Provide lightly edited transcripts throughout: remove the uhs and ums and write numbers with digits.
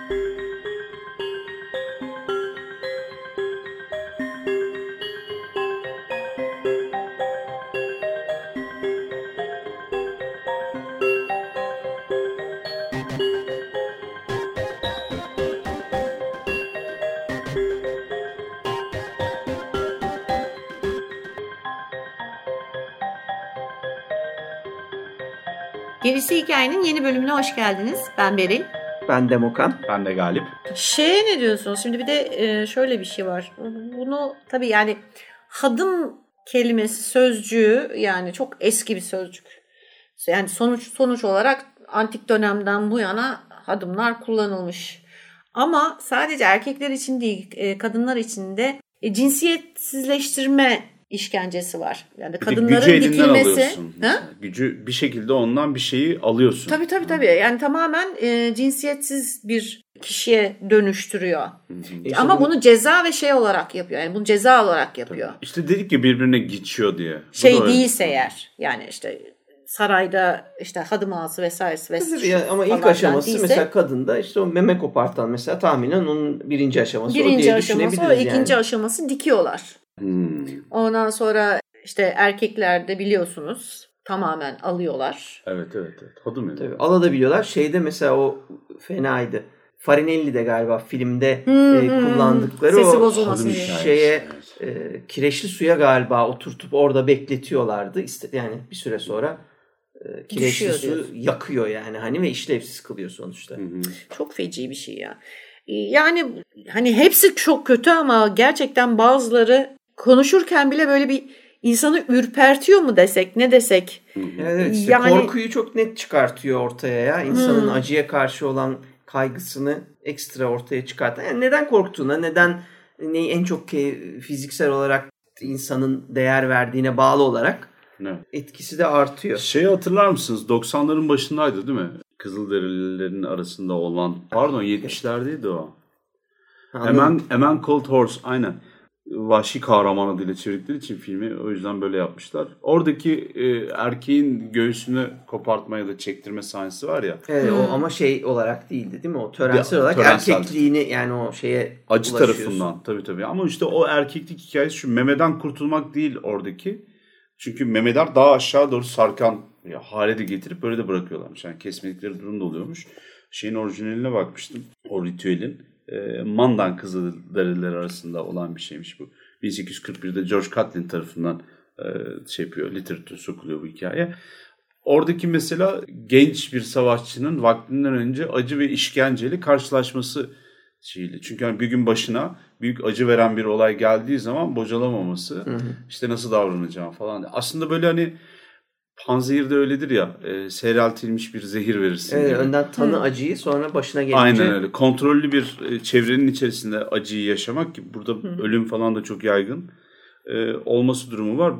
Gerisi Hikayenin yeni bölümüne hoş geldiniz. Ben Beril. Ben Demokan. Ben de Galip. Ne diyorsunuz? Şimdi bir de şöyle bir şey var. Bunu tabii yani hadım kelimesi, sözcüğü yani çok eski bir sözcük. Yani sonuç olarak antik dönemden bu yana hadımlar kullanılmış. Ama sadece erkekler için değil, kadınlar için de cinsiyetsizleştirme işkencesi var. Yani kadınların dikilmesi. Gücü bir şekilde ondan bir şeyi alıyorsun. Tabii. Yani tamamen cinsiyetsiz bir kişiye dönüştürüyor. Ama bunu ceza ve olarak yapıyor. Yani bunu ceza olarak yapıyor. Tabii. İşte dedik ya birbirine geçiyor diye. Değilse eğer. Yani işte sarayda işte hadım ağası vesairesi. Yani ama ilk aşaması değilse, mesela kadında işte o meme kopartan mesela tahminen onun birinci aşaması o diye düşünebiliriz yani. İkinci aşaması dikiyorlar. Ondan sonra işte erkeklerde biliyorsunuz tamamen alıyorlar. Evet. Hadım yani. Tabii alabiliyorlar. Şeyde mesela o fenaydı. Farinelli'de galiba filmde kullandıkları sesi o bozulmasın şeye kireçli suya galiba oturtup orada bekletiyorlardı. Yani bir süre sonra kireçli su yakıyor yani hani ve işlevsiz kılıyor sonuçta. Çok feci bir şey ya. Yani hani hepsi çok kötü ama gerçekten bazıları konuşurken bile böyle bir insanı ürpertiyor mu desek, ne desek. Evet işte yani, korkuyu çok net çıkartıyor ortaya ya. İnsanın acıya karşı olan kaygısını ekstra ortaya çıkartan. Yani neden korktuğuna, neyi en çok fiziksel olarak insanın değer verdiğine bağlı olarak etkisi de artıyor. Hatırlar mısınız? 90'ların başındaydı değil mi? Kızılderililerin arasında olan, pardon 70'lerdeydi o. Aman Cold Horse, aynen. Vahşi kahraman adıyla çevirdikleri için filmi o yüzden böyle yapmışlar. Oradaki erkeğin göğsünü kopartma ya da çektirme sahnesi var ya. Evet o ama olarak değildi değil mi? O törensel olarak erkekliğini yani o şeye acı tarafından tabii. Ama işte o erkeklik hikayesi şu memeden kurtulmak değil oradaki. Çünkü memeler daha aşağı doğru sarkan hale de getirip böyle de bırakıyorlarmış. Yani kesmedikleri durum da oluyormuş. Orijinaline bakmıştım. O ritüelin. Mandan Kızılderililer arasında olan bir şeymiş bu. 1841'de George Catlin tarafından literatüre sokuluyor bu hikaye. Oradaki mesela genç bir savaşçının vaktinden önce acı ve işkenceyle karşılaşması şeyle. Çünkü hani bir gün başına büyük acı veren bir olay geldiği zaman bocalamaması, işte nasıl davranacağım falan. Aslında böyle hani panzehirde öyledir ya, seyreltilmiş bir zehir verirsin. Evet, önden tanı acıyı sonra başına gelince. Aynen öyle. Kontrollü bir çevrenin içerisinde acıyı yaşamak ki burada ölüm falan da çok yaygın olması durumu var.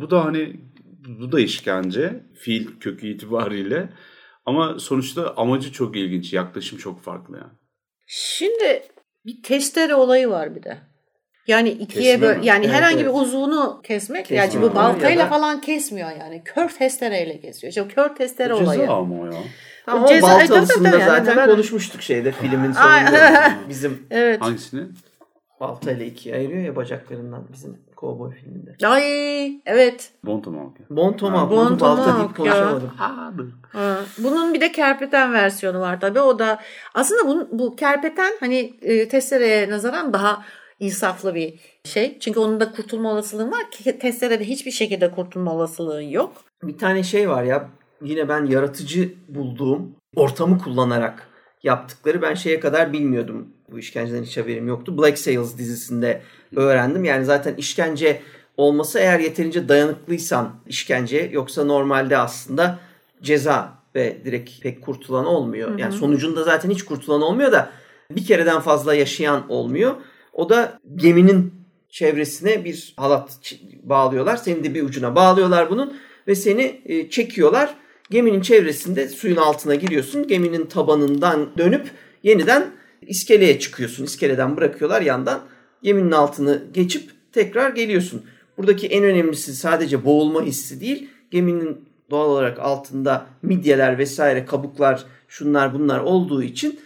Bu da işkence fiil kökü itibariyle ama sonuçta amacı çok ilginç. Yaklaşım çok farklı yani. Şimdi bir testere olayı var bir de. Yani ikiye yani herhangi bir uzvunu kesmek. Yani bu baltayla falan kesmiyor yani. Kör testereyle kesiyor. İşte kör testere olayı. Ceza ama o ya. Ama o baltalısında zaten konuşmuştuk filmin sonunda. Bizim hangisini? Baltayla ikiye ayırıyor ya bacaklarından bizim kovboy filminde. Ay evet. Bon Tomahawk. Bon Tomahawk. Balta deyip konuşamadım. Bunun bir de kerpeten versiyonu var tabii. O da aslında bu kerpeten hani testereye nazaran daha insaflı bir şey. Çünkü onun da kurtulma olasılığı var ki testerede hiçbir şekilde kurtulma olasılığı yok. Bir tane var ya yine ben yaratıcı bulduğum ortamı kullanarak yaptıkları ben kadar bilmiyordum. Bu işkenceden hiç haberim yoktu. Black Sails dizisinde öğrendim. Yani zaten işkence olması eğer yeterince dayanıklıysan işkence yoksa normalde aslında ceza ve direkt pek kurtulan olmuyor. Yani sonucunda zaten hiç kurtulan olmuyor da bir kereden fazla yaşayan olmuyor. O da geminin çevresine bir halat bağlıyorlar. Seni de bir ucuna bağlıyorlar bunun ve seni çekiyorlar. Geminin çevresinde suyun altına giriyorsun. Geminin tabanından dönüp yeniden iskeleye çıkıyorsun. İskeleden bırakıyorlar yandan. Geminin altını geçip tekrar geliyorsun. Buradaki en önemlisi sadece boğulma hissi değil. Geminin doğal olarak altında midyeler vesaire kabuklar şunlar bunlar olduğu için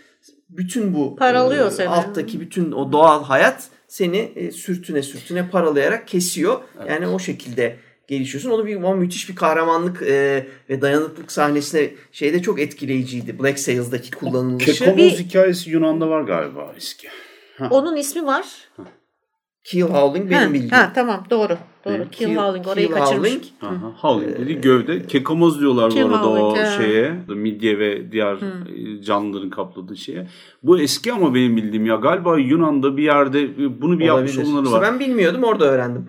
bütün bu paralıyor seni. Alttaki bütün o doğal hayat seni sürtüne paralayarak kesiyor. Evet. Yani o şekilde gelişiyorsun. O müthiş bir kahramanlık ve dayanıklılık sahnesine şeyde çok etkileyiciydi. Black Sails'daki kullanılışı. Kekomoz hikayesi Yunan'da var galiba eski. Onun ismi var. Keel Howling benim bildiğim. Tamam doğru. Keel Howling orayı kaçırmış. Howling dedi gövde. Kekomoz diyorlar bu arada o şeye. Midye ve diğer canlıların kapladığı şeye. Bu eski ama benim bildiğim ya. Galiba Yunan'da bir yerde bunu bir yapmış olanları var. Ben bilmiyordum, orada öğrendim.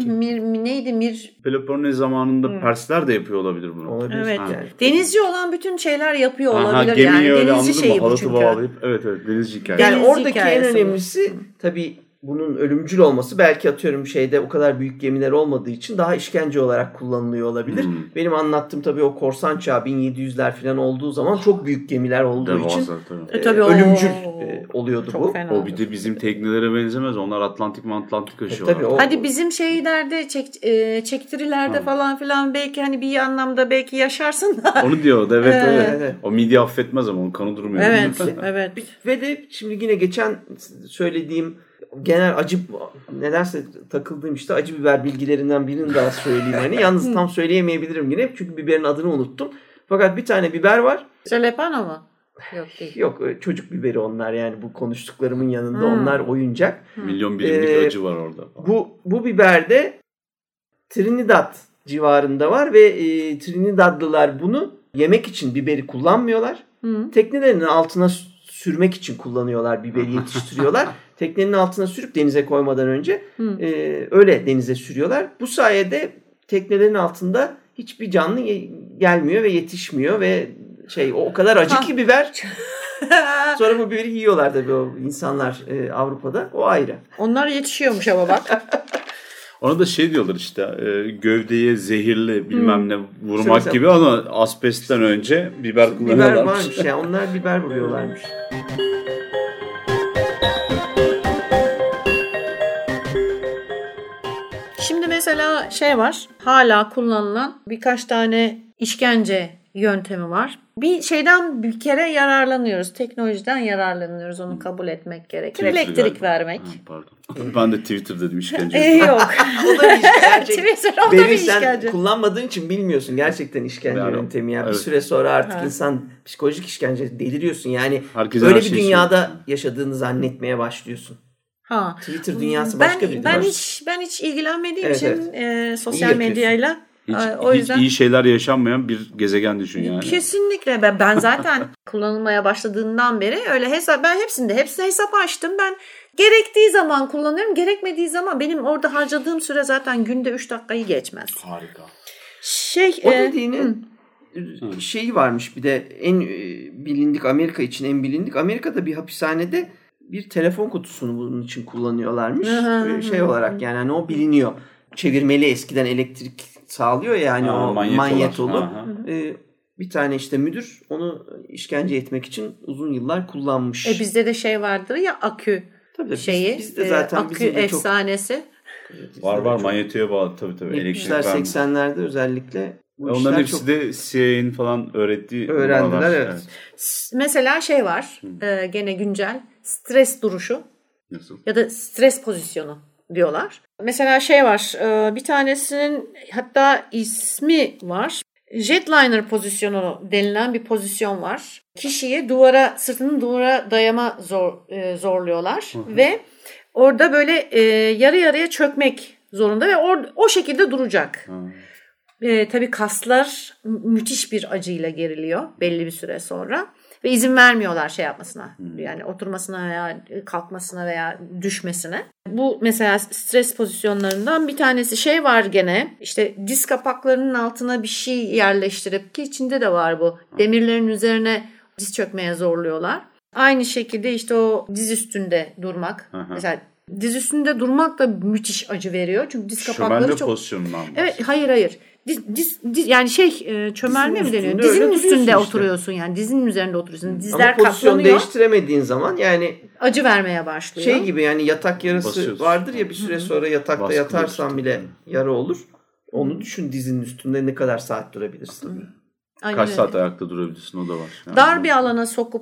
Neydi? Peloponnez zamanında Persler de yapıyor olabilir bunu. Olabilir. Evet. Yani. Denizci olan bütün şeyler yapıyor olabilir. Gemiyi öyle denizci şeyi bu çünkü. Bağlayıp, evet denizci hikayesi. Yani oradaki en önemlisi tabii bunun ölümcül olması, belki atıyorum şeyde o kadar büyük gemiler olmadığı için daha işkence olarak kullanılıyor olabilir. Benim anlattığım tabii o korsan çağı 1700'ler falan olduğu zaman çok büyük gemiler olduğu için ölümcül oluyordu çok bu. O bir de bizim teknelere benzemez. Onlar Atlantik aşıyorlar. Tabii hadi bizim şeylerde çektirilerde falan filan belki hani bir anlamda belki yaşarsın da. Onu diyor evet. O midye affetmez ama onun kanı durmuyor. Evet. Ve de şimdi yine geçen söylediğim genel nedense takıldığım işte acı biber bilgilerinden birini daha söyleyeyim. Hani yalnız tam söyleyemeyebilirim yine çünkü biberin adını unuttum. Fakat bir tane biber var. Jalapeno mu? Yok değil. Yok, çocuk biberi onlar, yani bu konuştuklarımın yanında onlar oyuncak. Milyon birimlik acı var orada. Bu biber de Trinidad civarında var ve Trinidadlılar bunu yemek için biberi kullanmıyorlar. Teknelerinin altına sürmek için kullanıyorlar, biberi yetiştiriyorlar. Teknenin altına sürüp denize koymadan önce öyle denize sürüyorlar. Bu sayede teknelerin altında hiçbir canlı gelmiyor ve yetişmiyor ve o kadar acı ki biber. Sonra bu biberi yiyorlar tabii o insanlar Avrupa'da. O ayrı. Onlar yetişiyormuş ama bak. Ona da diyorlar işte gövdeye zehirli bilmem ne vurmak mesela, gibi ama asbestten önce biber kullanıyorlarmış. Biber varmış ya, onlar biber vuruyorlarmış. Şimdi mesela var, hala kullanılan birkaç tane işkence yöntemi var. Bir şeyden bir kere yararlanıyoruz. Teknolojiden yararlanıyoruz. Onu kabul etmek gerekir. Elektrik vermek. Pardon. Ben de Twitter dedim işkence. Yok. O da bir işkence. Twitter o da bir işkence. Sen kullanmadığın için bilmiyorsun. Gerçekten işkence yöntemi ya. Evet. Bir süre sonra artık insan psikolojik işkence deliriyorsun. Yani böyle bir dünyada yaşadığını zannetmeye başlıyorsun. Twitter dünyası başka bir dünya. Ben hiç ilgilenmediğim için sosyal medyayla. Hiç iyi şeyler yaşanmayan bir gezegen düşün yani. Kesinlikle. Ben zaten kullanılmaya başladığından beri öyle ben hepsine hesap açtım. Ben gerektiği zaman kullanıyorum. Gerekmediği zaman benim orada harcadığım süre zaten günde 3 dakikayı geçmez. Harika. O dediğinin şeyi varmış bir de en bilindik, Amerika için en bilindik. Amerika'da bir hapishanede bir telefon kutusunu bunun için kullanıyorlarmış. Olarak yani hani o biliniyor. Çevirmeli, eskiden elektrik sağlıyor yani o manyetolu. Bir tane işte müdür onu işkence etmek için uzun yıllar kullanmış. Bizde de vardır ya akü bizde zaten akü efsanesi. Var manyetuya bağlı tabii. 70'ler 80'lerde özellikle bu onların hepsi de CIA'nin falan öğrendiler evet. Mesela var gene güncel stres duruşu. Nasıl? Ya da stres pozisyonu diyorlar. Mesela var bir tanesinin hatta ismi var. Jetliner pozisyonu denilen bir pozisyon var. Kişiyi sırtını duvara dayama zorluyorlar. Ve orada böyle yarı yarıya çökmek zorunda ve o şekilde duracak. Tabii kaslar müthiş bir acıyla geriliyor belli bir süre sonra. Ve izin vermiyorlar yapmasına. Yani oturmasına veya kalkmasına veya düşmesine. Bu mesela stres pozisyonlarından bir tanesi var gene. İşte diz kapaklarının altına bir şey yerleştirip ki içinde de var bu. Demirlerin üzerine diz çökmeye zorluyorlar. Aynı şekilde işte o diz üstünde durmak. Mesela diz üstünde durmak da müthiş acı veriyor. Çünkü diz kapakları çok... pozisyonundan. Evet, hayır. Diz yani çömelme mi deniyor? Dizinin üstünde oturuyorsun yani. Dizinin üzerinde oturuyorsun. Dizler ama pozisyon katlanıyor. Değiştiremediğin zaman yani acı vermeye başlıyor. Gibi yani yatak yarası vardır ya, bir süre sonra yatakta yatarsan bile yara olur. Onu düşün, dizinin üstünde ne kadar saat durabilirsin. Kaç saat ayakta durabilirsin, o da var. Yani dar bir alana sokup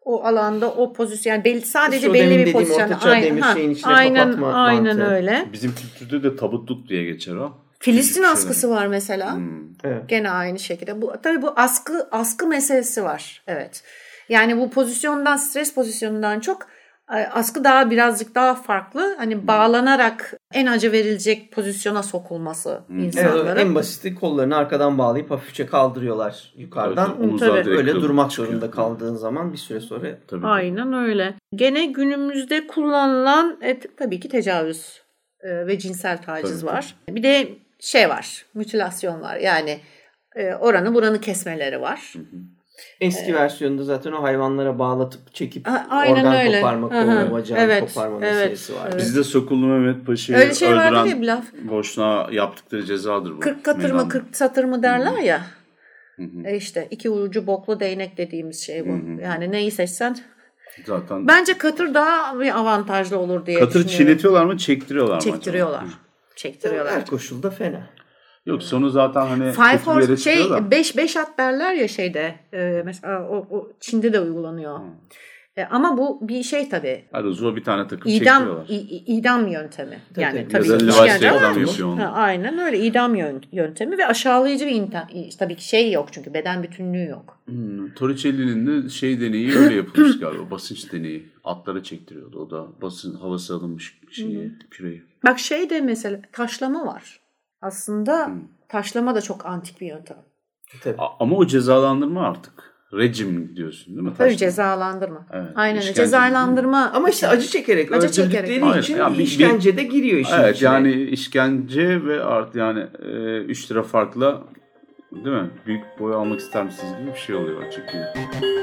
o alanda o pozisyon yani sadece İşte belli bir pozisyon. Ortaçağ demir şeyin içine kapatma aynen mantığı. öyle. Bizim kültürde de tabutluk diye geçer o. Filistin askısı var mesela. Evet. Gene aynı şekilde. Tabii bu askı meselesi var. Evet. Yani bu pozisyondan, stres pozisyonundan çok askı birazcık daha farklı. Hani bağlanarak en acı verilecek pozisyona sokulması insanların. Evet, en basiti kollarını arkadan bağlayıp hafifçe kaldırıyorlar yukarıdan. Evet, öyle durmak zorunda kaldığın zaman bir süre sonra. Tabii. Aynen öyle. Gene günümüzde kullanılan tabii ki tecavüz ve cinsel taciz var. Bir de var, mütilasyon var. Yani oranı buranı kesmeleri var. Eski versiyonunda zaten o hayvanlara bağlatıp çekip aynen organ öyle. koparma, kolunu bacağı koparma meselesi var. Evet. Bizde Sokullu Mehmet Paşa'yı öyle vardır ya bir laf. Boşuna yaptıkları cezadır bu. 40 katır mı 40 satır mı derler ya. İşte iki ucu boklu değnek dediğimiz şey bu. Yani neyi seçsen. Zaten. Bence katır daha bir avantajlı olur diye düşünüyorum. Katır çiğnetiyorlar mı, çektiriyorlar mı? Çektiriyorlar. Her koşulda fena. Yok sonu zaten hani Five horse 5 at derler ya şeyde. Mesela o Çin'de de uygulanıyor. Ama bu bir şey tabii. Hadi zor bir tane takım çektiriyorlar. İdam yöntemi. Yani tabii işkence. Aynen öyle idam yöntemi ve aşağılayıcı bir tabii ki yok çünkü beden bütünlüğü yok. Torricelli'nin de deneyi öyle yapılmış galiba. Basınç deneyi. Atlara çektiriyordu. O da havası alınmış küreği. Bak de mesela taşlama var. Aslında taşlama da çok antik bir yöntem. Tabii. Ama o cezalandırma artık. Rejim diyorsun değil mi? Tabii cezalandırma. Evet, aynen cezalandırma. Ama işte acı çekerek öldürdükleri için yani işkencede giriyor işin içine. Evet yani işkence ve yani 3 lira farkla değil mi? Büyük boy almak ister misiniz gibi bir şey oluyor çünkü.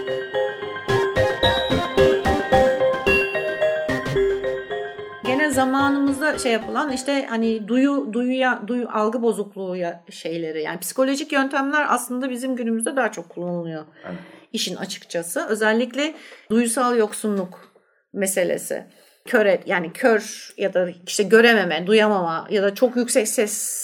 Gene zamanımızda yapılan hani duyu algı bozukluğu şeyleri yani psikolojik yöntemler aslında bizim günümüzde daha çok kullanılıyor. Evet. İşin açıkçası özellikle duysal yoksunluk meselesi. Kör ya da görememe, duyamama ya da çok yüksek ses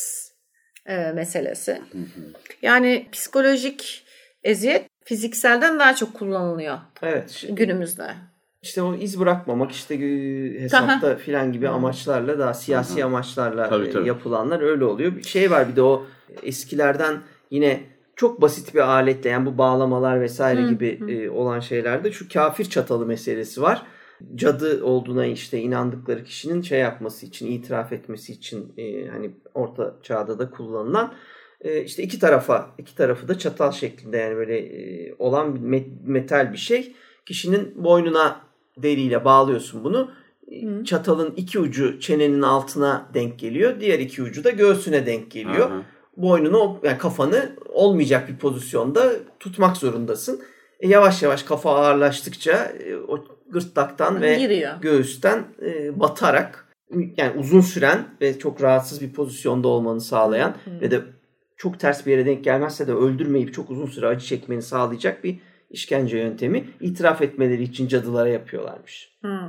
meselesi. Yani psikolojik eziyet fizikselden daha çok kullanılıyor. Evet. Günümüzde. İşte o iz bırakmamak hesapta filan gibi amaçlarla daha siyasi amaçlarla yapılanlar öyle oluyor. Bir şey var bir de o eskilerden yine çok basit bir aletle yani bu bağlamalar vesaire gibi olan şeylerde şu kafir çatalı meselesi var. Cadı olduğuna inandıkları kişinin yapması için, itiraf etmesi için hani orta çağda da kullanılan iki tarafı da çatal şeklinde yani böyle olan metal bir şey. Kişinin boynuna deriyle bağlıyorsun bunu. Çatalın iki ucu çenenin altına denk geliyor. Diğer iki ucu da göğsüne denk geliyor. Boynunu yani kafanı olmayacak bir pozisyonda tutmak zorundasın. Yavaş yavaş kafa ağırlaştıkça o gırtlaktan ve göğüsten batarak yani uzun süren ve çok rahatsız bir pozisyonda olmanı sağlayan ve de çok ters bir yere denk gelmezse de öldürmeyip çok uzun süre acı çekmeni sağlayacak bir işkence yöntemi itiraf etmeleri için cadılara yapıyorlarmış.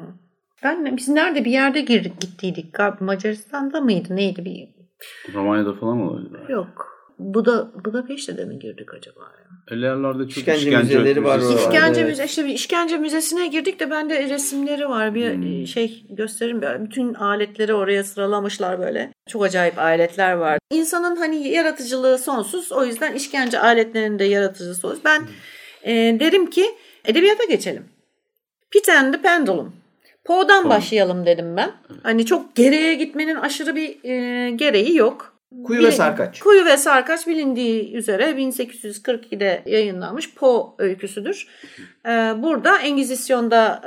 Biz nerede bir yerde gittiydik galiba Macaristan'da mıydı neydi Romanya'da falan mı olabilir? Yok. Budapeşte'de mi girdik acaba? Öyle yerlerde çok işkence müzeleri var. İşkence müzesine girdik de bende resimleri var. Bir gösteririm. Bütün aletleri oraya sıralamışlar böyle. Çok acayip aletler var. İnsanın hani yaratıcılığı sonsuz. O yüzden işkence aletlerinin de yaratıcılığı sonsuz. Ben derim ki edebiyata geçelim. Peter and the Pendulum. Poe'dan başlayalım dedim ben. Hani çok geriye gitmenin aşırı bir gereği yok. Kuyu ve Sarkaç bilindiği üzere 1842'de yayınlanmış Poe öyküsüdür. Burada Engizisyon'da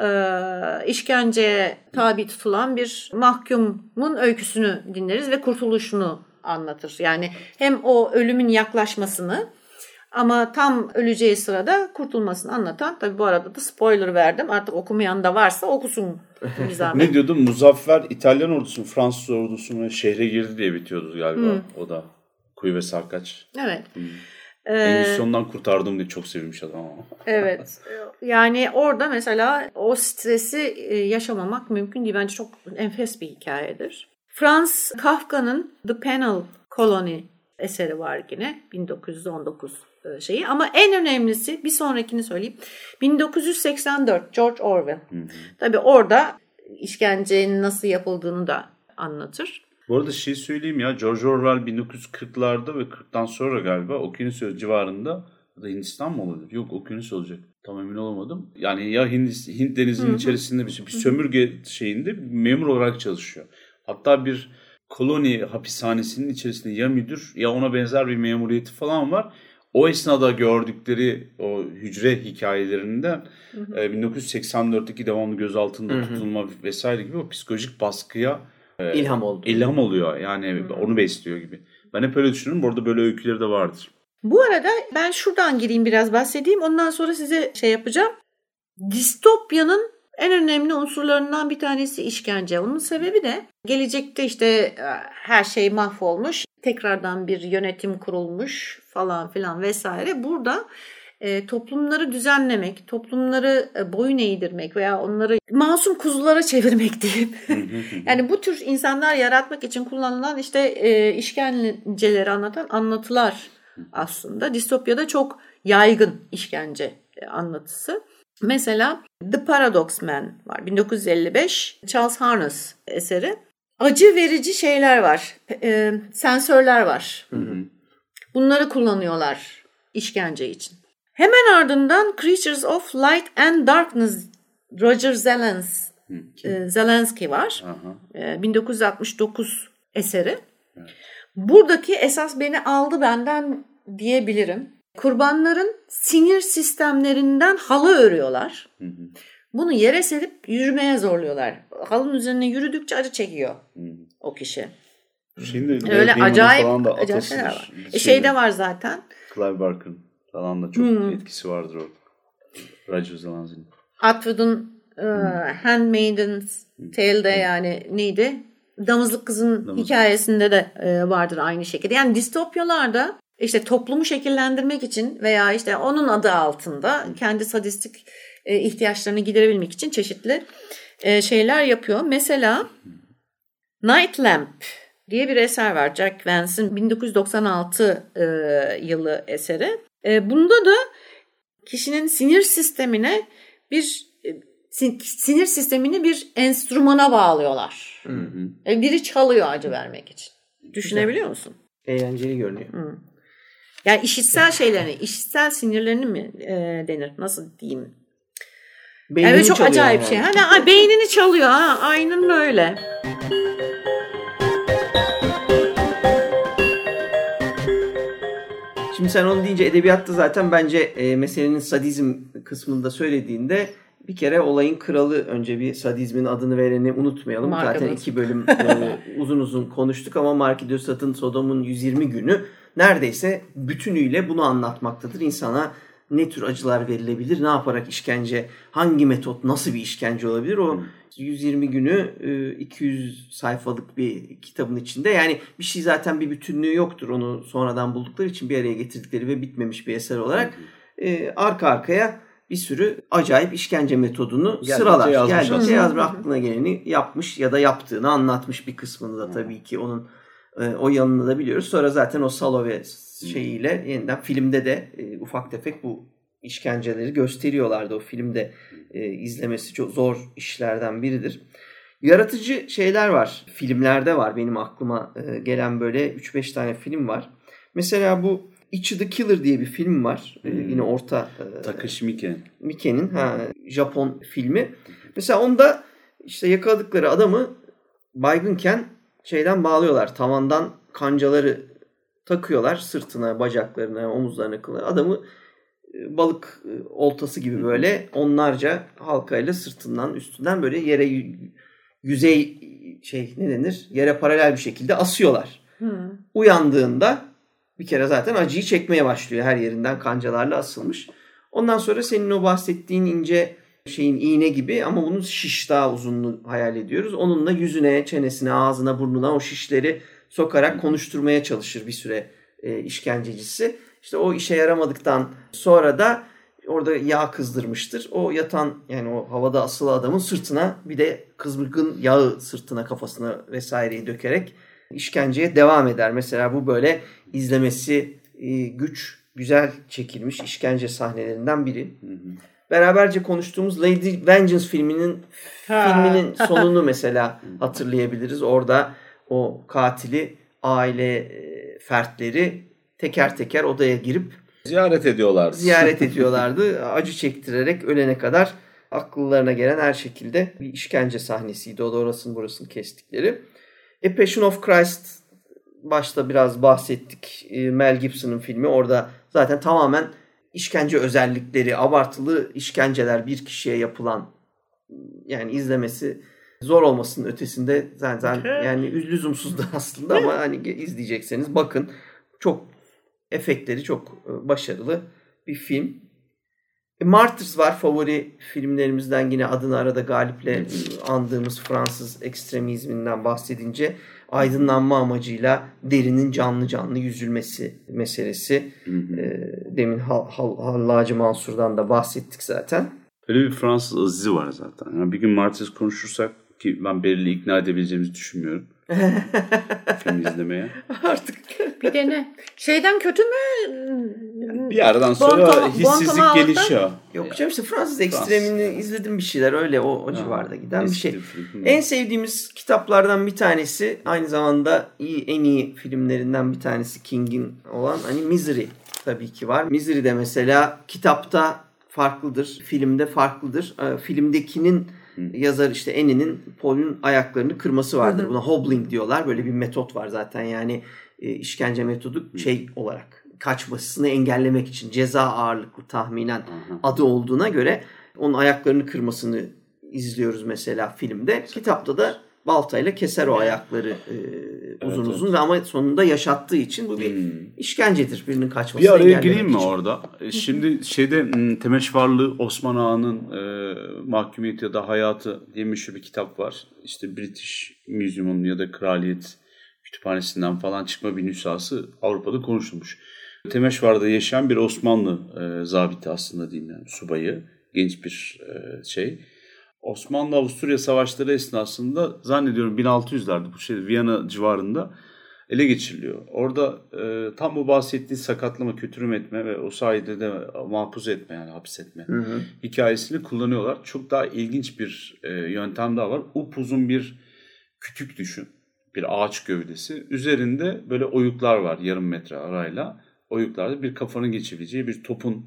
işkenceye tabi tutulan bir mahkumun öyküsünü dinleriz ve kurtuluşunu anlatır. Yani hem o ölümün yaklaşmasını ama tam öleceği sırada kurtulmasını anlatan. Tabii bu arada da spoiler verdim. Artık okumayan da varsa okusun. Ne diyordum? Muzaffer İtalyan ordusu, Fransız ordusu şehre girdi diye bitiyordu galiba. O da. Kuyu ve Sarkaç. Evet. Engizisyon'dan kurtardım diye çok sevinmiş adam ama. Evet. Yani orada mesela o stresi yaşamamak mümkün değil. Bence çok enfes bir hikayedir. Franz Kafka'nın The Penal Colony eseri var yine 1919 şeyi. Ama en önemlisi, bir sonrakini söyleyeyim. 1984, George Orwell. Tabii orada işkencenin nasıl yapıldığını da anlatır. Bu arada söyleyeyim ya, George Orwell 1940'larda ve 40'tan sonra galiba Okyanus civarında, ya da Hindistan mı olabilir? Yok, Okyanus olacak. Tam emin olamadım. Yani ya Hint denizinin içerisinde bir sömürge şeyinde memur olarak çalışıyor. Hatta bir koloni hapishanesinin içerisinde ya müdür ya ona benzer bir memuriyeti falan var. O esnada gördükleri o hücre hikayelerinden 1984'teki devamlı gözaltında tutulma vesaire gibi o psikolojik baskıya ilham oluyor. Yani onu besliyor gibi. Ben hep öyle düşünüyorum. Bu arada böyle öyküleri de vardır. Bu arada ben şuradan gireyim, biraz bahsedeyim. Ondan sonra size yapacağım. Distopyanın en önemli unsurlarından bir tanesi işkence. Onun sebebi de gelecekte işte her şey mahvolmuş. Tekrardan bir yönetim kurulmuş falan filan vesaire. Burada toplumları düzenlemek, toplumları boyun eğdirmek veya onları masum kuzulara çevirmek diyeyim. Yani bu tür insanlar yaratmak için kullanılan işkenceleri anlatan anlatılar aslında. Distopyada çok yaygın işkence anlatısı. Mesela The Paradox Man var. 1955 Charles Harness eseri. Acı verici şeyler var. Sensörler var. Bunları kullanıyorlar işkence için. Hemen ardından Creatures of Light and Darkness, Roger Zelensky var. 1969 eseri. Buradaki esas beni aldı benden diyebilirim. Kurbanların sinir sistemlerinden halı örüyorlar. Bunu yere serip yürümeye zorluyorlar. Halının üzerine yürüdükçe acı çekiyor o kişi. Şimdi öyle acayip şeyler var. Şeyde var zaten. Clive Barker'ın falan da çok etkisi vardır o. Roger Zelensky'nin. Atwood'un Handmaid's Tale'de yani neydi? Damızlık Kız'ın hikayesinde de vardır aynı şekilde. Yani distopyalarda işte toplumu şekillendirmek için veya işte onun adı altında kendi sadistik ihtiyaçlarını giderebilmek için çeşitli şeyler yapıyor. Mesela Night Lamp diye bir eser var. Jack Vance'in 1996 yılı eseri. Bunda da kişinin sinir sistemini bir enstrümana bağlıyorlar. Biri çalıyor acı vermek için. Düşünebiliyor musun? Eğlenceli görünüyor. Yani işitsel sinirlerini mi denir? Nasıl diyeyim? Beynini çok acayip şey. Hani beynini çalıyor. Aynen öyle. Şimdi sen onu deyince edebiyatta zaten bence meselenin sadizm kısmında söylediğinde bir kere olayın kralı, önce bir sadizmin adını vereni unutmayalım. Zaten 2 bölüm uzun uzun konuştuk ama Marquis de Sade'ın Sodom'un 120 günü neredeyse bütünüyle bunu anlatmaktadır. İnsana ne tür acılar verilebilir, ne yaparak işkence, hangi metot, nasıl bir işkence olabilir? O 120 günü 200 sayfalık bir kitabın içinde. Yani bir şey zaten bir bütünlüğü yoktur. Onu sonradan buldukları için bir araya getirdikleri ve bitmemiş bir eser olarak arka arkaya bir sürü acayip işkence metodunu sıralar. Geldikçe yazmış, aklına geleni yapmış ya da yaptığını anlatmış, bir kısmını da tabii ki onun o yanını da biliyoruz. Sonra zaten o Salovey şeyiyle yeniden filmde de ufak tefek bu işkenceleri gösteriyorlardı. O filmde izlemesi çok zor işlerden biridir. Yaratıcı şeyler var. Filmlerde var. Benim aklıma gelen böyle 3-5 tane film var. Mesela bu Ichi the Killer diye bir film var. Yine orta Takashi Miike'nin Japon filmi. Mesela onda işte yakaladıkları adamı baygınken şeyden bağlıyorlar. Tavandan kancaları takıyorlar sırtına, bacaklarına, omuzlarına kılıyor. Adamı balık oltası gibi böyle onlarca halkayla sırtından, üstünden böyle yere yüzey yere paralel bir şekilde asıyorlar. Uyandığında bir kere zaten acıyı çekmeye başlıyor. Her yerinden kancalarla asılmış. Ondan sonra senin o bahsettiğin ince iğne gibi ama bunun şiş daha uzunluğu hayal ediyoruz. Onunla yüzüne, çenesine, ağzına, burnuna o şişleri sokarak konuşturmaya çalışır bir süre işkencecisi. İşte o işe yaramadıktan sonra da orada yağ kızdırmıştır. O yatan, yani o havada asılı adamın sırtına bir de kızgın yağı sırtına, kafasına vesaireyi dökerek işkenceye devam eder. Mesela bu böyle izlemesi güç, güzel çekilmiş işkence sahnelerinden biri. Beraberce konuştuğumuz Lady Vengeance filminin sonunu mesela hatırlayabiliriz. Orada o katili aile fertleri teker teker odaya girip ziyaret ediyorlardı. Acı çektirerek ölene kadar akıllarına gelen her şekilde bir işkence sahnesiydi. O da orasını kestikleri. A Passion of Christ başta biraz bahsettik. Mel Gibson'ın filmi. Orada zaten tamamen işkence özellikleri, abartılı işkenceler bir kişiye yapılan, yani izlemesi zor olmasının ötesinde zaten yani lüzumsuzdu aslında ama hani izleyecekseniz bakın. Çok efektleri çok başarılı bir film. Martyrs var, favori filmlerimizden, yine adını arada Galip'le andığımız Fransız ekstremizminden bahsedince aydınlanma amacıyla derinin canlı canlı yüzülmesi meselesi. Demin Hallacı Mansur'dan da bahsettik zaten. Öyle bir Fransız dizi var zaten. Yani bir gün Martyrs konuşursak, ki ben Beril'i ikna edebileceğimizi düşünmüyorum. Film izlemeye. Artık. Bir dene. Şeyden kötü mü? Bir yerden sonra hissizlik gelişiyor. Yok canım, işte Fransız ekstremini izledim, bir şeyler öyle o civarda giden bir şey. En sevdiğimiz kitaplardan bir tanesi, aynı zamanda en iyi filmlerinden bir tanesi King'in olan hani Misery tabii ki var. Misery de mesela kitapta farklıdır, filmde farklıdır. Filmdekinin yazar işte Annie'nin Paul'un ayaklarını kırması vardır. Buna hobbling diyorlar. Böyle bir metot var zaten, yani işkence metodu olarak kaçmasını engellemek için, ceza ağırlıklı tahminen adı olduğuna göre onun ayaklarını kırmasını izliyoruz mesela filmde. Kitapta da baltayla keser o ayakları uzun ve ama sonunda yaşattığı için bu bir işkencedir, birinin kaçmasını engellemek için. Bir araya gireyim mi için orada? Şimdi Temeşvarlı Osman Ağa'nın Mahkumiyet ya da Hayatı diye meşhur bir kitap var. İşte British Museum'un ya da Kraliyet Kütüphanesi'nden falan çıkma bir nüshası Avrupa'da konuşulmuş. Temeşvar'da yaşayan bir Osmanlı zabiti aslında diyeyim, yani subayı, genç bir Osmanlı-Avusturya savaşları esnasında zannediyorum 1600'lerde bu Viyana civarında ele geçiriliyor. Orada tam bu bahsettiği sakatlama, kötürüm etme ve o sayede de mahpus etme, yani hapsetme hikayesini kullanıyorlar. Çok daha ilginç bir yöntem daha var. Upuzun bir kütük düşün. Bir ağaç gövdesi. Üzerinde böyle oyuklar var yarım metre arayla. Oyuklarda bir kafanın geçebileceği bir topun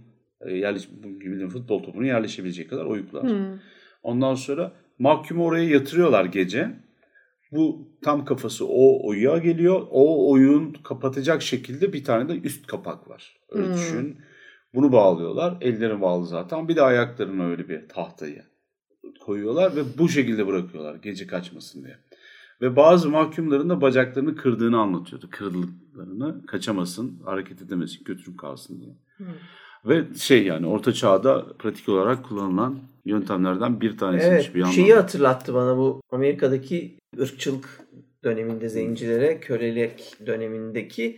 futbol topunun yerleşebileceği kadar oyuklar. Ondan sonra mahkumu oraya yatırıyorlar gece. Bu tam kafası o oyuğa geliyor. O oyuğun kapatacak şekilde bir tane de üst kapak var. Öyle düşün. Bunu bağlıyorlar. Elleri bağlı zaten. Bir de ayaklarına öyle bir tahtayı koyuyorlar ve bu şekilde bırakıyorlar gece kaçmasın diye. Ve bazı mahkumların da bacaklarını kırdığını anlatıyordu. Kırdıklarını, kaçamasın, hareket edemesin, götürüp kalsın diye. Ve yani Orta Çağ'da pratik olarak kullanılan yöntemlerden bir tanesiymiş. Evet, bir şeyi hatırlattı bana bu Amerika'daki ırkçılık döneminde zencilere, kölelik dönemindeki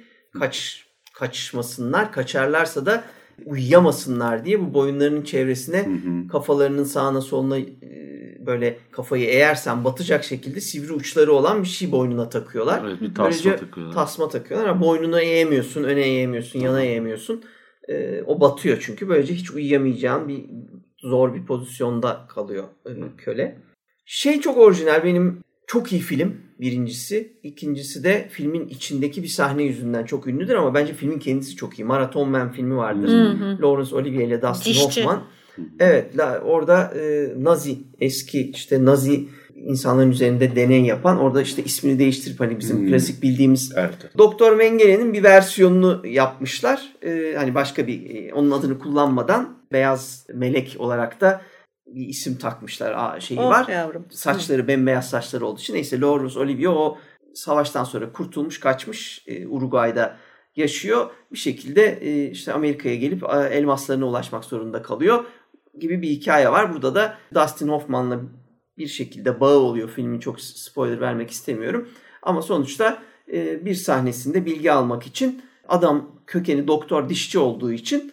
kaçmasınlar, kaçarlarsa da uyuyamasınlar diye bu boyunlarının çevresine kafalarının sağına soluna böyle kafayı eğersen batacak şekilde sivri uçları olan bir şey boynuna takıyorlar. Evet, bir tasma takıyorlar. Tasma takıyorlar. Yani boynuna eğemiyorsun, öne eğemiyorsun, yana eğemiyorsun. O batıyor çünkü. Böylece hiç uyuyamayacağın bir zor bir pozisyonda kalıyor köle. Çok orijinal. Benim çok iyi film birincisi. İkincisi de filmin içindeki bir sahne yüzünden çok ünlüdür ama bence filmin kendisi çok iyi. Marathon Man filmi vardır. Laurence Olivier ile Dustin Hoffman. Evet, orada eski Nazi insanların üzerinde deney yapan, orada ismini değiştirip hani bizim klasik bildiğimiz Doktor Mengere'nin bir versiyonunu yapmışlar. Hani başka bir onun adını kullanmadan beyaz melek olarak da bir isim takmışlar. Var. Yavrum. Saçları bembeyaz saçları olduğu için. Neyse, Laurence Olivier o savaştan sonra kurtulmuş, kaçmış, Uruguay'da yaşıyor. Bir şekilde Amerika'ya gelip elmaslarına ulaşmak zorunda kalıyor gibi bir hikaye var. Burada da Dustin Hoffman'la bir şekilde bağı oluyor. Filmin çok spoiler vermek istemiyorum. Ama sonuçta bir sahnesinde bilgi almak için, adam kökeni doktor, dişçi olduğu için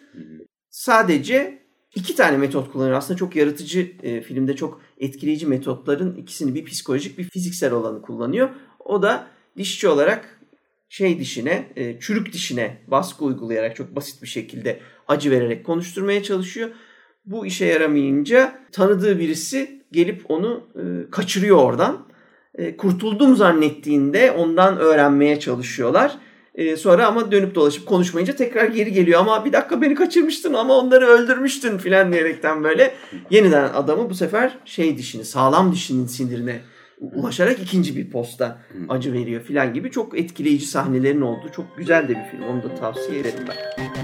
sadece 2 tane metot kullanıyor. Aslında çok yaratıcı, filmde çok etkileyici metotların ikisini, bir psikolojik bir fiziksel olanı kullanıyor. O da dişçi olarak dişine, çürük dişine baskı uygulayarak çok basit bir şekilde acı vererek konuşturmaya çalışıyor. Bu işe yaramayınca tanıdığı birisi gelip onu kaçırıyor oradan. Kurtuldum zannettiğinde ondan öğrenmeye çalışıyorlar. Sonra ama dönüp dolaşıp konuşmayınca tekrar geri geliyor. Ama bir dakika beni kaçırmıştın ama onları öldürmüştün filan diyerekten böyle yeniden adamı bu sefer dişini, sağlam dişinin sinirine ulaşarak ikinci bir posta acı veriyor filan gibi çok etkileyici sahnelerin olduğu çok güzel de bir film. Onu da tavsiye ederim ben.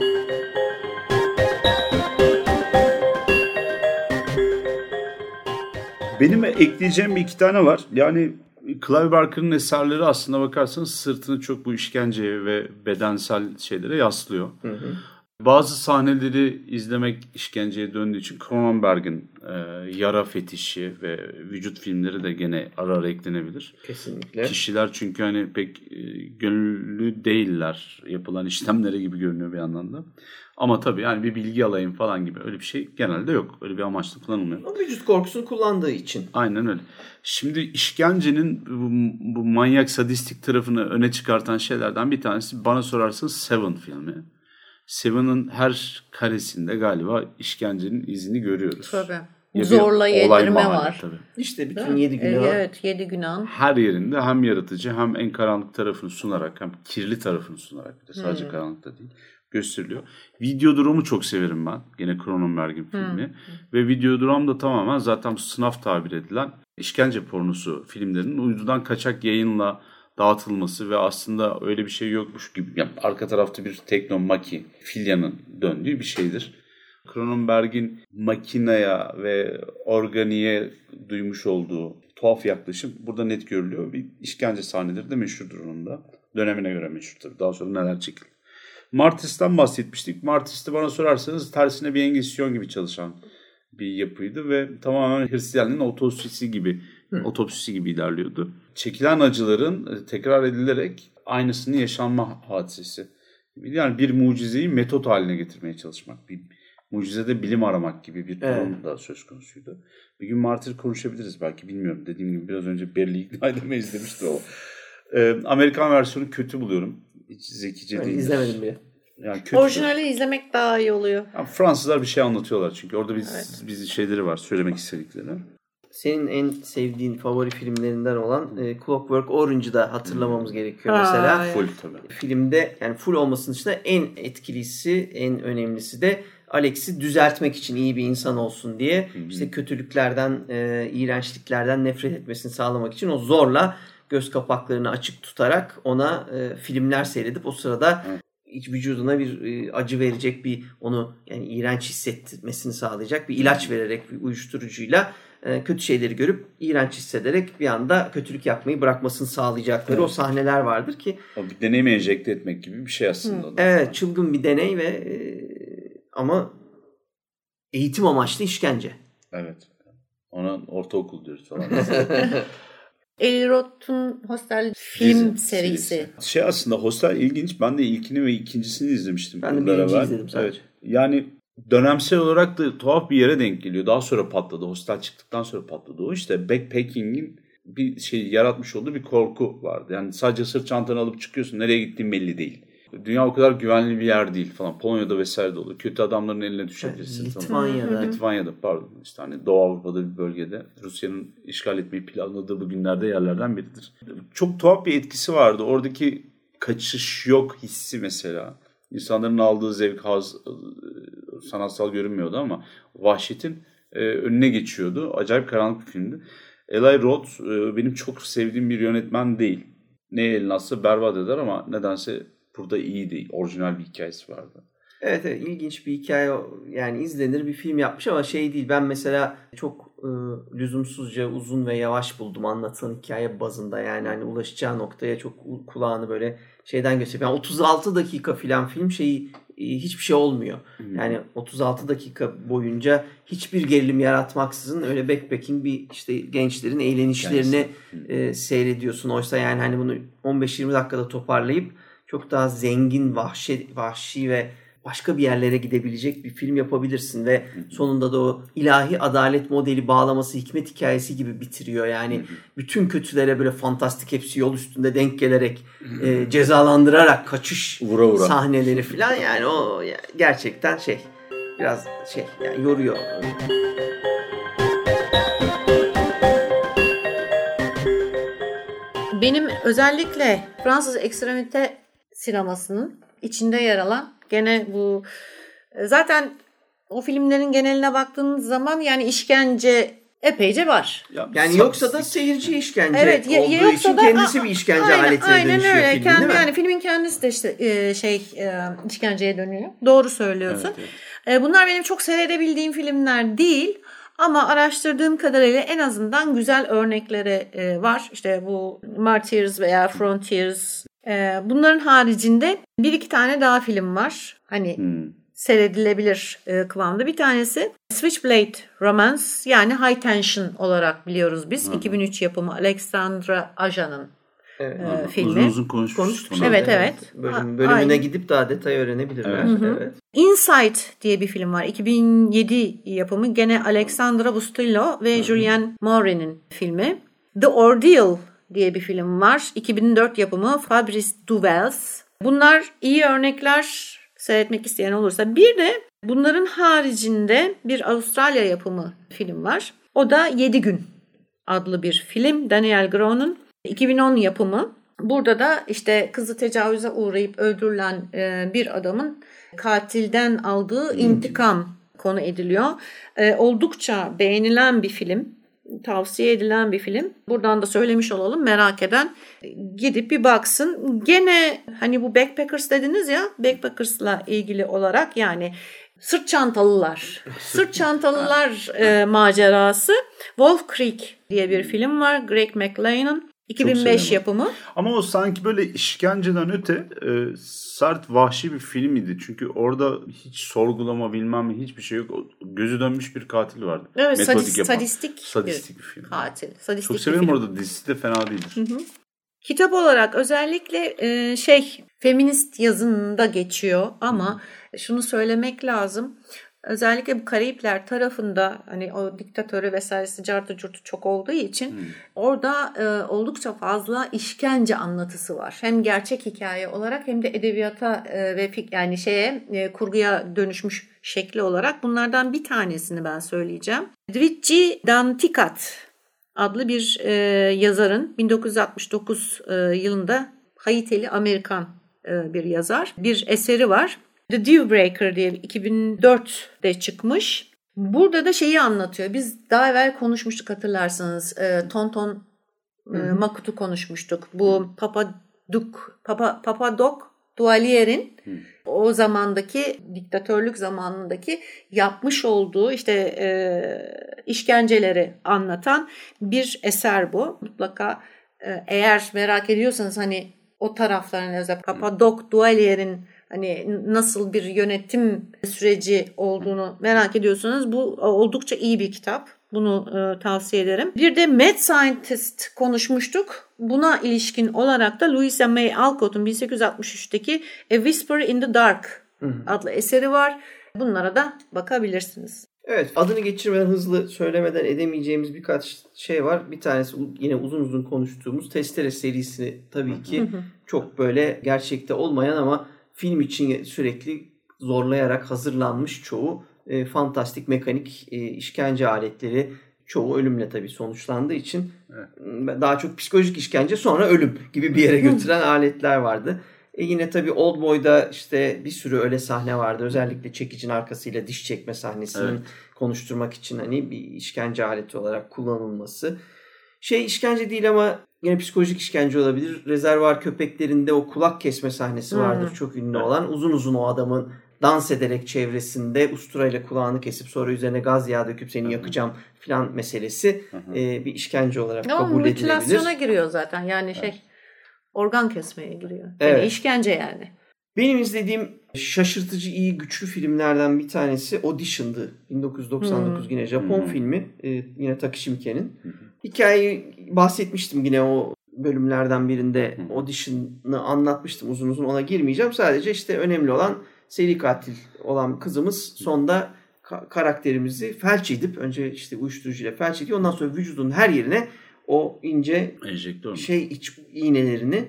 Benim ekleyeceğim bir iki tane var. Yani Clive Barker'ın eserleri aslında bakarsanız sırtını çok bu işkenceye ve bedensel şeylere yaslıyor. Bazı sahneleri izlemek işkenceye döndüğü için Cronenberg'in yara fetişi ve vücut filmleri de gene ara ara eklenebilir. Kesinlikle. Kişiler çünkü hani pek gönüllü değiller yapılan işlemlere gibi görünüyor bir yandan da. Ama tabii yani bir bilgi alayım falan gibi öyle bir şey genelde yok. Öyle bir amaçla kullanılmıyor. O vücut korkusunu kullandığı için. Aynen öyle. Şimdi işkencenin bu manyak sadistik tarafını öne çıkartan şeylerden bir tanesi bana sorarsanız Seven filmi. Seven'ın her karesinde galiba işkencenin izini görüyoruz. Tabii. Zorla yedirme var. Tabii. İşte bütün 7 günah. Evet, 7 günah. Her yerinde hem yaratıcı hem en karanlık tarafını sunarak hem kirli tarafını sunarak bir de sadece karanlıkta değil gösteriliyor. Videodrom'u çok severim ben. Gene Cronenberg'in filmi. Ve Videodrom da tamamen zaten sınav tabir edilen işkence pornosu filmlerinin uydudan kaçak yayınla dağıtılması ve aslında öyle bir şey yokmuş gibi. Yani arka tarafta bir teknomaki filyanın döndüğü bir şeydir. Cronenberg'in makineye ve organiğe duymuş olduğu tuhaf yaklaşım burada net görülüyor. Bir işkence sahneleri de meşhurdur onun da. Dönemine göre meşhurdur. Daha sonra neler çekildi. Martis'ten bahsetmiştik. Martis'te bana sorarsanız tersine bir Engizisyon gibi çalışan bir yapıydı ve tamamen Hristiyanlığın otopsisi gibi ilerliyordu. Çekilen acıların tekrar edilerek aynısını yaşanma hadisesi. Yani bir mucizeyi metot haline getirmeye çalışmak. Bir mucizede bilim aramak gibi bir durum da söz konusuydu. Bir gün Martyr konuşabiliriz belki, bilmiyorum. Dediğim gibi biraz önce Berlin'i ikna edemeyiz demiştim ama. Amerikan versiyonu kötü buluyorum. Hiç zekice değil. İzlemedim bile. Yani orijinali izlemek daha iyi oluyor. Yani Fransızlar bir şey anlatıyorlar çünkü orada biz şeyleri var, söylemek istedikleri. Senin en sevdiğin favori filmlerinden olan Clockwork Orange'ı da hatırlamamız gerekiyor mesela. Full tabii. Filmde yani full olmasının dışında en etkilisi, en önemlisi de Alex'i düzeltmek için iyi bir insan olsun diye işte kötülüklerden, iğrençliklerden nefret etmesini sağlamak için o zorla göz kapaklarını açık tutarak ona filmler seyredip o sırada iç vücuduna bir acı verecek, bir onu yani iğrenç hissetmesini sağlayacak bir ilaç vererek, bir uyuşturucuyla kötü şeyleri görüp iğrenç hissederek bir anda kötülük yapmayı bırakmasını sağlayacakları o sahneler vardır ki. O bir deneyimi enjekte etmek gibi bir şey aslında. Evet, çılgın bir deney ve ama eğitim amaçlı işkence. Evet. Ona ortaokul diyoruz falan. Eli Roth'un Hostel film serisi. Aslında Hostel ilginç. Ben de ilkini ve ikincisini izlemiştim. Ben de birinciyi izledim sadece. Evet. Yani dönemsel olarak da tuhaf bir yere denk geliyor. Daha sonra patladı. Hostel çıktıktan sonra patladı. O işte backpacking'in bir şey yaratmış olduğu bir korku vardı. Yani sadece sırt çantanı alıp çıkıyorsun. Nereye gittiğin belli değil. Dünya o kadar güvenli bir yer değil falan. Polonya'da vesaire de olur. Kötü adamların eline düşebilirsin. Litvanya'da pardon. İşte hani Doğu Avrupa'da bir bölgede Rusya'nın işgal etmeyi planladığı bu günlerde yerlerden biridir. Çok tuhaf bir etkisi vardı. Oradaki kaçış yok hissi mesela. İnsanların aldığı zevk, haz sanatsal görünmüyordu ama vahşetin önüne geçiyordu. Acayip karanlık bir filmdi. Eli Roth benim çok sevdiğim bir yönetmen değil. Neye elini atsa berbat eder ama nedense burada iyi değil. Orijinal bir hikayesi vardı. Evet, ilginç bir hikaye, yani izlenir bir film yapmış ama şey değil. Ben mesela çok lüzumsuzca uzun ve yavaş buldum anlatılan hikaye bazında. Yani hani ulaşacağı noktaya çok kulağını böyle şeyden gösteriyor. Yani 36 dakika filan film hiçbir şey olmuyor. Yani 36 dakika boyunca hiçbir gerilim yaratmaksızın öyle backpacking bir işte gençlerin eğlenişlerini seyrediyorsun. Oysa yani hani bunu 15-20 dakikada toparlayıp çok daha zengin, vahşi ve başka bir yerlere gidebilecek bir film yapabilirsin ve sonunda da o ilahi adalet modeli bağlaması hikmet hikayesi gibi bitiriyor. Yani bütün kötülere böyle fantastik hepsi yol üstünde denk gelerek cezalandırarak kaçış sahneleri falan, yani o gerçekten biraz yani yoruyor. Benim özellikle Fransız ekstremite sinemasının içinde yer alan, gene bu zaten o filmlerin geneline baktığınız zaman yani işkence epeyce var. Yani yoksa da seyirci işkence olduğu için kendisi bir işkence aletine dönüşüyor filmin, değil mi? Yani filmin kendisi de işte işkenceye dönüyor. Doğru söylüyorsun. Evet. Bunlar benim çok seyredebildiğim filmler değil. Ama araştırdığım kadarıyla en azından güzel örnekleri var. İşte bu Martyrs veya Frontiers. Bunların haricinde bir iki tane daha film var. Hani seyredilebilir kıvamda. Bir tanesi Switchblade Romance, yani High Tension olarak biliyoruz biz. 2003 yapımı Alexandra Aja'nın filmi. Uzun konuşmuştuk. Evet. Bölümüne gidip daha detay öğrenebilirler. Evet. Inside diye bir film var. 2007 yapımı. Gene Alexandra Bustillo ve Julianne Maury'nin filmi. The Ordeal diye bir film var. 2004 yapımı Fabrice Duvels. Bunlar iyi örnekler, seyretmek isteyen olursa. Bir de bunların haricinde bir Avustralya yapımı film var. O da 7 Gün adlı bir film. Daniel Groh'un 2010 yapımı. Burada da işte kızı tecavüze uğrayıp öldürülen bir adamın katilden aldığı intikam konu ediliyor. Oldukça beğenilen bir film. Tavsiye edilen bir film. Buradan da söylemiş olalım, merak eden gidip bir baksın. Gene hani bu Backpackers dediniz ya, Backpackers'la ilgili olarak yani sırt çantalılar macerası. Wolf Creek diye bir film var. Greg McLean'ın 2005 yapımı. Ama o sanki böyle işkenceden öte sert, vahşi bir film idi. Çünkü orada hiç sorgulama bilmem hiçbir şey yok. Gözü dönmüş bir katil vardı. Evet, sadistik bir film. Katil. Çok severim orada, dizisi de fena değildir. Kitap olarak özellikle feminist yazında geçiyor ama şunu söylemek lazım. Özellikle bu Karayipler tarafında hani o diktatörü vesairesi cartı curtu çok olduğu için orada oldukça fazla işkence anlatısı var. Hem gerçek hikaye olarak hem de edebiyata ve yani kurguya dönüşmüş şekli olarak. Bunlardan bir tanesini ben söyleyeceğim. Dvici Danticat adlı bir yazarın 1969 yılında Haitili Amerikan bir yazar. Bir eseri var. The Dewbreaker diye 2004'te çıkmış. Burada da şeyi anlatıyor. Biz daha evvel konuşmuştuk, hatırlarsanız. Tonton Makut'u konuşmuştuk. Bu Papadoc Doualier'in o zamandaki diktatörlük zamanındaki yapmış olduğu işkenceleri anlatan bir eser bu. Mutlaka eğer merak ediyorsanız hani o tarafların, özellikle Papadoc Doualier'in hani nasıl bir yönetim süreci olduğunu merak ediyorsanız bu oldukça iyi bir kitap. Bunu tavsiye ederim. Bir de Mad Scientist konuşmuştuk. Buna ilişkin olarak da Louisa May Alcott'un 1863'teki A Whisper in the Dark adlı eseri var. Bunlara da bakabilirsiniz. Evet, adını geçirmeden, hızlı söylemeden edemeyeceğimiz birkaç şey var. Bir tanesi yine uzun uzun konuştuğumuz Testere serisi, tabii ki çok böyle gerçekte olmayan ama film için sürekli zorlayarak hazırlanmış çoğu fantastik mekanik işkence aletleri, çoğu ölümle tabii sonuçlandığı için daha çok psikolojik işkence sonra ölüm gibi bir yere götüren aletler vardı. Yine tabii Oldboy'da işte bir sürü öyle sahne vardı. Özellikle çekicin arkasıyla diş çekme sahnesinin konuşturmak için hani bir işkence aleti olarak kullanılması. İşkence değil ama yine psikolojik işkence olabilir. Rezervuar Köpeklerinde o kulak kesme sahnesi vardır çok ünlü olan. Uzun uzun o adamın dans ederek çevresinde usturayla kulağını kesip sonra üzerine gaz yağı döküp seni yakacağım filan meselesi bir işkence olarak kabul edilebilir. Mutilasyona giriyor zaten yani organ kesmeye giriyor. Yani işkence yani. Benim izlediğim şaşırtıcı iyi güçlü filmlerden bir tanesi Audition'dı. 1999 yine Japon filmi. Yine Takashi Miike'nin. Hikayeyi bahsetmiştim yine o bölümlerden birinde. Audition'ı anlatmıştım uzun uzun, ona girmeyeceğim. Sadece işte önemli olan seri katil olan kızımız sonda karakterimizi felç edip önce işte uyuşturucuyla felç ediyor. Ondan sonra vücudun her yerine o ince iç iğnelerini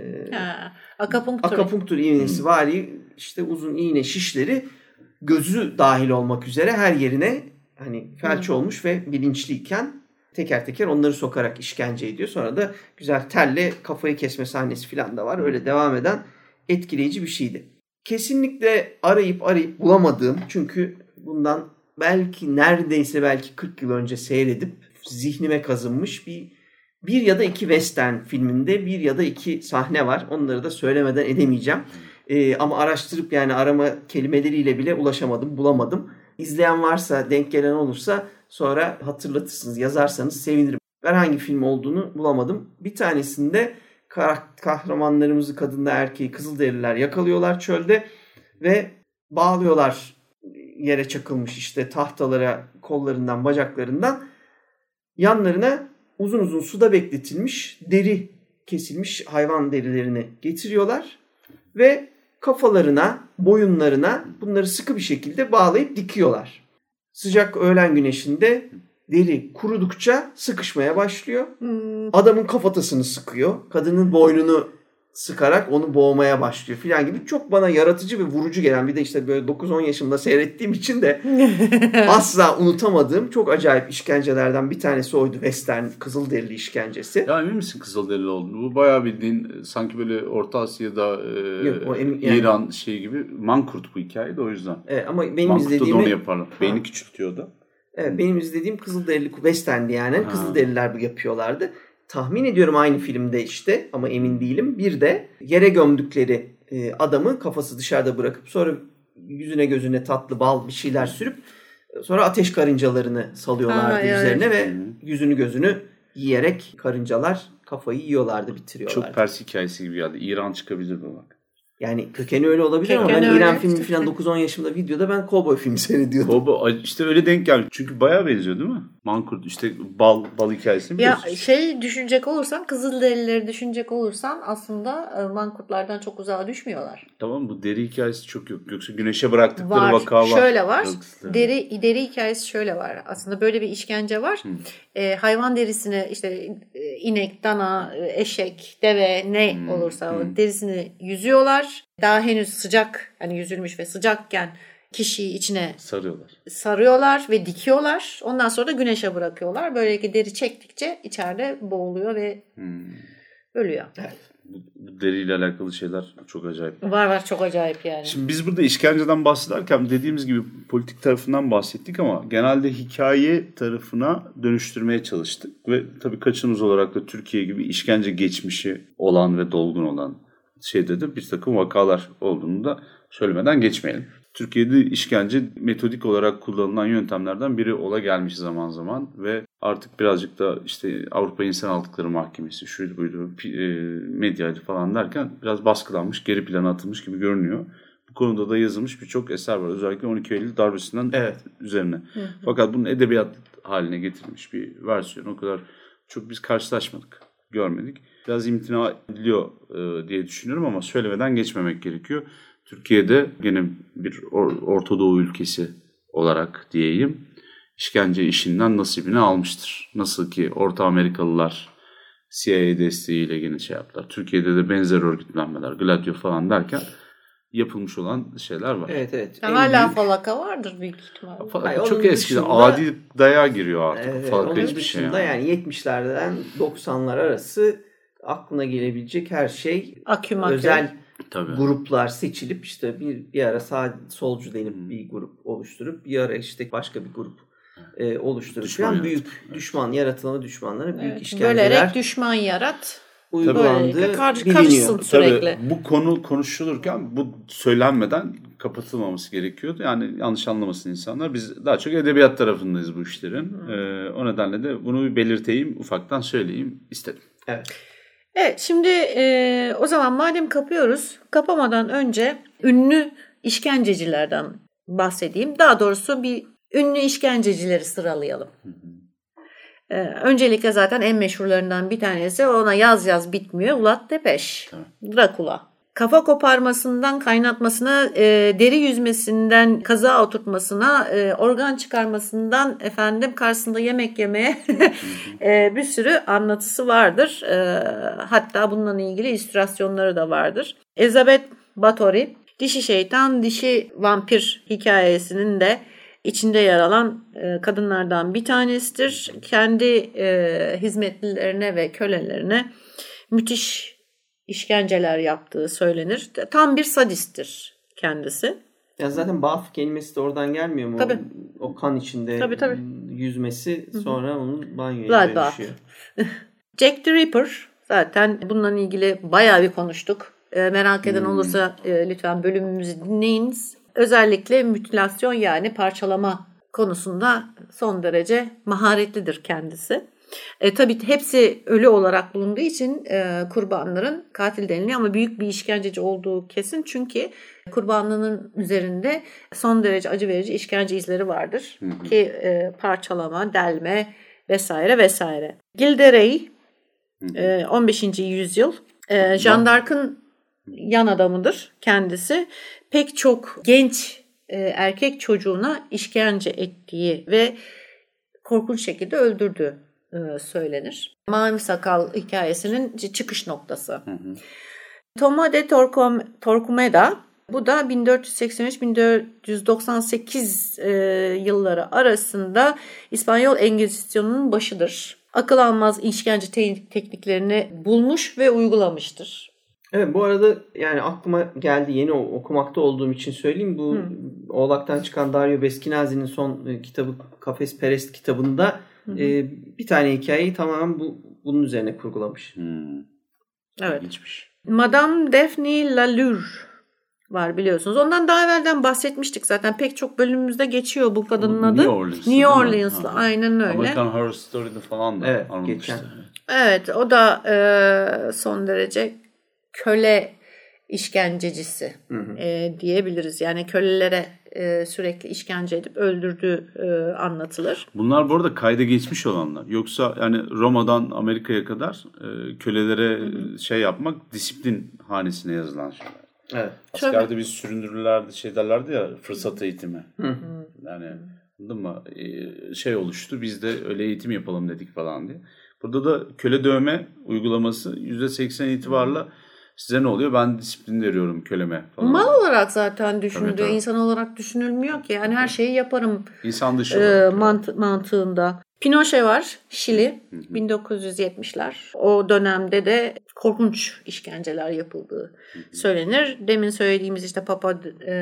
akupunktur iğnesi vari işte uzun iğne şişleri gözü dahil olmak üzere her yerine hani felç olmuş ve bilinçliyken teker teker onları sokarak işkence ediyor. Sonra da güzel telle kafayı kesme sahnesi falan da var. Öyle devam eden etkileyici bir şeydi. Kesinlikle arayıp bulamadığım, çünkü bundan belki 40 yıl önce seyredip zihnime kazınmış bir ya da iki western filminde bir ya da iki sahne var. Onları da söylemeden edemeyeceğim. Ama araştırıp yani arama kelimeleriyle bile ulaşamadım, bulamadım. İzleyen varsa, denk gelen olursa sonra hatırlatırsınız, yazarsanız sevinirim. Ben hangi film olduğunu bulamadım. Bir tanesinde kahramanlarımızı, kadınla erkeği, Kızılderililer yakalıyorlar çölde ve bağlıyorlar yere çakılmış işte tahtalara, kollarından, bacaklarından. Yanlarına uzun uzun suda bekletilmiş deri kesilmiş hayvan derilerini getiriyorlar ve kafalarına, boyunlarına bunları sıkı bir şekilde bağlayıp dikiyorlar. Sıcak öğlen güneşinde deri kurudukça sıkışmaya başlıyor. Adamın kafatasını sıkıyor. Kadının boynunu sıkarak onu boğmaya başlıyor filan gibi. Çok bana yaratıcı ve vurucu gelen, bir de işte böyle 9-10 yaşımda seyrettiğim için de asla unutamadığım çok acayip işkencelerden bir tanesi oydu. Western Kızılderili işkencesi. Ya emin misin Kızılderili olduğunu? Bu bayağı bildiğin sanki böyle Orta Asya'da İran şey gibi mankurt bu hikaye de o yüzden. Evet, ama benim Mankurt'ta izlediğimi... da onu yaparlar. Beyni küçültüyor da. Evet, benim izlediğim Kızılderili Western'di yani. Kızılderililer bu yapıyorlardı. Tahmin ediyorum aynı filmde işte ama emin değilim. Bir de yere gömdükleri adamı kafası dışarıda bırakıp sonra yüzüne gözüne tatlı bal bir şeyler sürüp sonra ateş karıncalarını salıyorlardı üzerine ve yüzünü gözünü yiyerek karıncalar kafayı yiyorlardı, bitiriyorlardı. Çok Pers hikayesi gibi geldi. İran çıkabilir bu bak. Yani kökeni öyle olabilir ama ben İran filmi falan 9-10 yaşımda videoda ben kovboy filmi seyrediyordum. Kovboy işte öyle denk geldi. Çünkü bayağı benziyor değil mi? Mankurt işte bal hikayesini biliyorsun. Ya düşünecek olursan, Kızılderilileri düşünecek olursan aslında Mankurtlardan çok uzağa düşmüyorlar. Tamam, bu deri hikayesi çok yok. Yoksa güneşe bıraktıkları vaka var. Şöyle var. Deri hikayesi şöyle var. Aslında böyle bir işkence var. Hayvan derisini işte inek, dana, eşek, deve ne olursa derisini yüzüyorlar. Daha henüz sıcak, hani yüzülmüş ve sıcakken kişiyi içine sarıyorlar ve dikiyorlar. Ondan sonra da güneşe bırakıyorlar. Böylelikle deri çektikçe içeride boğuluyor ve ölüyor. Evet. Bu deriyle alakalı şeyler çok acayip. Var çok acayip yani. Şimdi biz burada işkenceden bahsederken dediğimiz gibi politik tarafından bahsettik ama genelde hikaye tarafına dönüştürmeye çalıştık. Ve tabii kaçınılmaz olarak da Türkiye gibi işkence geçmişi olan ve dolgun olan şeyde de bir takım vakalar olduğunu da söylemeden geçmeyelim. Türkiye'de işkence metodik olarak kullanılan yöntemlerden biri ola gelmiş zaman zaman ve artık birazcık da işte Avrupa İnsan Hakları Mahkemesi şuydu buydu medyaydı falan derken biraz baskılanmış, geri plana atılmış gibi görünüyor. Bu konuda da yazılmış birçok eser var. Özellikle 12 Eylül darbesinden üzerine. Fakat bunun edebiyat haline getirilmiş bir versiyon. O kadar çok biz karşılaşmadık, görmedik. Biraz imtina ediliyor diye düşünüyorum ama söylemeden geçmemek gerekiyor. Türkiye'de gene bir Orta Doğu ülkesi olarak diyeyim, işkence işinden nasibini almıştır. Nasıl ki Orta Amerikalılar CIA desteğiyle gene şey yaptılar. Türkiye'de de benzer örgütlenmeler, Gladio falan derken yapılmış olan şeyler var. Evet. Hala falaka vardır büyük ihtimalle. Falaka çok eskiden adi dayağa giriyor artık. Falaka hiçbir şey yani 70'lerden 90'lar arası aklına gelebilecek her şey özel gruplar seçilip işte bir ara sağ solcu denip bir grup oluşturup bir ara işte başka bir grup oluşturup falan büyük düşman yaratılan düşmanlara büyük işkenceler. Bölerek düşman yarat. Uygulandığı biliniyor. Sürekli. Tabii, bu konu konuşulurken bu söylenmeden kapatılmaması gerekiyordu. Yani yanlış anlamasın insanlar. Biz daha çok edebiyat tarafındayız bu işlerin. O nedenle de bunu bir belirteyim, ufaktan söyleyeyim istedim. Evet, şimdi o zaman madem kapıyoruz, kapamadan önce ünlü işkencecilerden bahsedeyim. Daha doğrusu bir ünlü işkencecileri sıralayalım. Öncelikle zaten en meşhurlarından bir tanesi, ona yaz bitmiyor, Vlad Tepes, Dracula. kafa koparmasından kaynatmasına, deri yüzmesinden kaza oturtmasına, organ çıkarmasından karşısında yemek yemeye bir sürü anlatısı vardır. Hatta bununla ilgili illüstrasyonları da vardır. Elizabeth Bathory, dişi şeytan, dişi vampir hikayesinin de içinde yer alan kadınlardan bir tanesidir. Kendi hizmetlilerine ve kölelerine müthiş işkenceler yaptığı söylenir. Tam bir sadisttir kendisi. Ya zaten bath kelimesi de oradan gelmiyor mu? Tabii. O kan içinde tabii. yüzmesi sonra onun banyoya dönüşüyor. Jack the Ripper, zaten bununla ilgili bayağı bir konuştuk. Merak eden olursa lütfen bölümümüzü dinleyiniz. Özellikle mütilasyon, yani parçalama konusunda son derece maharetlidir kendisi. Tabii hepsi ölü olarak bulunduğu için kurbanların katil deniliyor ama büyük bir işkenceci olduğu kesin. Çünkü kurbanlının üzerinde son derece acı verici işkence izleri vardır. Ki parçalama, delme vesaire vesaire. Gilderay 15. yüzyıl Jeanne d'Arc'ın yan adamıdır kendisi. Pek çok genç erkek çocuğuna işkence ettiği ve korkunç şekilde öldürdüğü söylenir. Mavi Sakal hikayesinin çıkış noktası. Toma de Torquemada, bu da 1483-1498 yılları arasında İspanyol Engizisyonunun başıdır. Akıl almaz işkence tekniklerini bulmuş ve uygulamıştır. Evet, bu arada yani aklıma geldi, yeni okumakta olduğum için söyleyeyim. Bu Oğlak'tan çıkan Dario Beskinasi'nin son kitabı Kafes Perest kitabında bir tane hikayeyi tamamen bunun üzerine kurgulamış. Evet. İlginçmiş. Madame Daphne Lalure var, biliyorsunuz. Ondan daha evvelden bahsetmiştik zaten. Pek çok bölümümüzde geçiyor bu kadının adı. New Orleans'lı. Aynen öyle. American Horror Story'de falan da geçen. Evet, o da son derece köle işkencecisi diyebiliriz. Yani kölelere sürekli işkence edip öldürdüğü anlatılır. Bunlar bu arada kayda geçmiş olanlar. Yoksa yani Roma'dan Amerika'ya kadar kölelere şey yapmak disiplin hanesine yazılan şeyler. Evet. Askerde biz süründürürlerdi, şey derlerdi ya, fırsat eğitimi. Yani anladın mı? Şey oluştu, biz de öyle eğitim yapalım dedik falan diye. Burada da köle dövme uygulaması %80 itibarla size ne oluyor? Ben disiplin veriyorum köleme falan. Mal olarak zaten düşünülüyor. Tabii. İnsan olarak düşünülmüyor ki. Yani her şeyi yaparım. İnsan dışı mantığında. Pinochet var. Şili. 1970'ler. O dönemde de korkunç işkenceler yapıldığı söylenir. Demin söylediğimiz işte Papa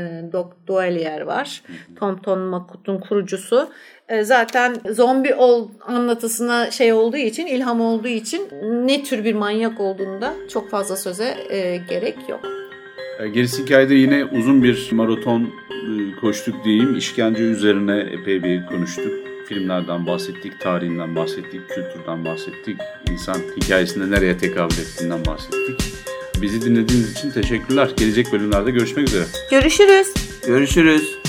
Dwyer var. Thomson Makut'un kurucusu. Zaten zombi anlatısına şey olduğu için, ilham olduğu için ne tür bir manyak olduğunda çok fazla söze gerek yok. Gerisi hikayede yine uzun bir maraton koştuk diyeyim. İşkence üzerine epey bir konuştuk. Filmlerden bahsettik, tarihinden bahsettik, kültürden bahsettik. İnsan hikayesinde nereye tekabül ettiğinden bahsettik. Bizi dinlediğiniz için teşekkürler. Gelecek bölümlerde görüşmek üzere. Görüşürüz. Görüşürüz.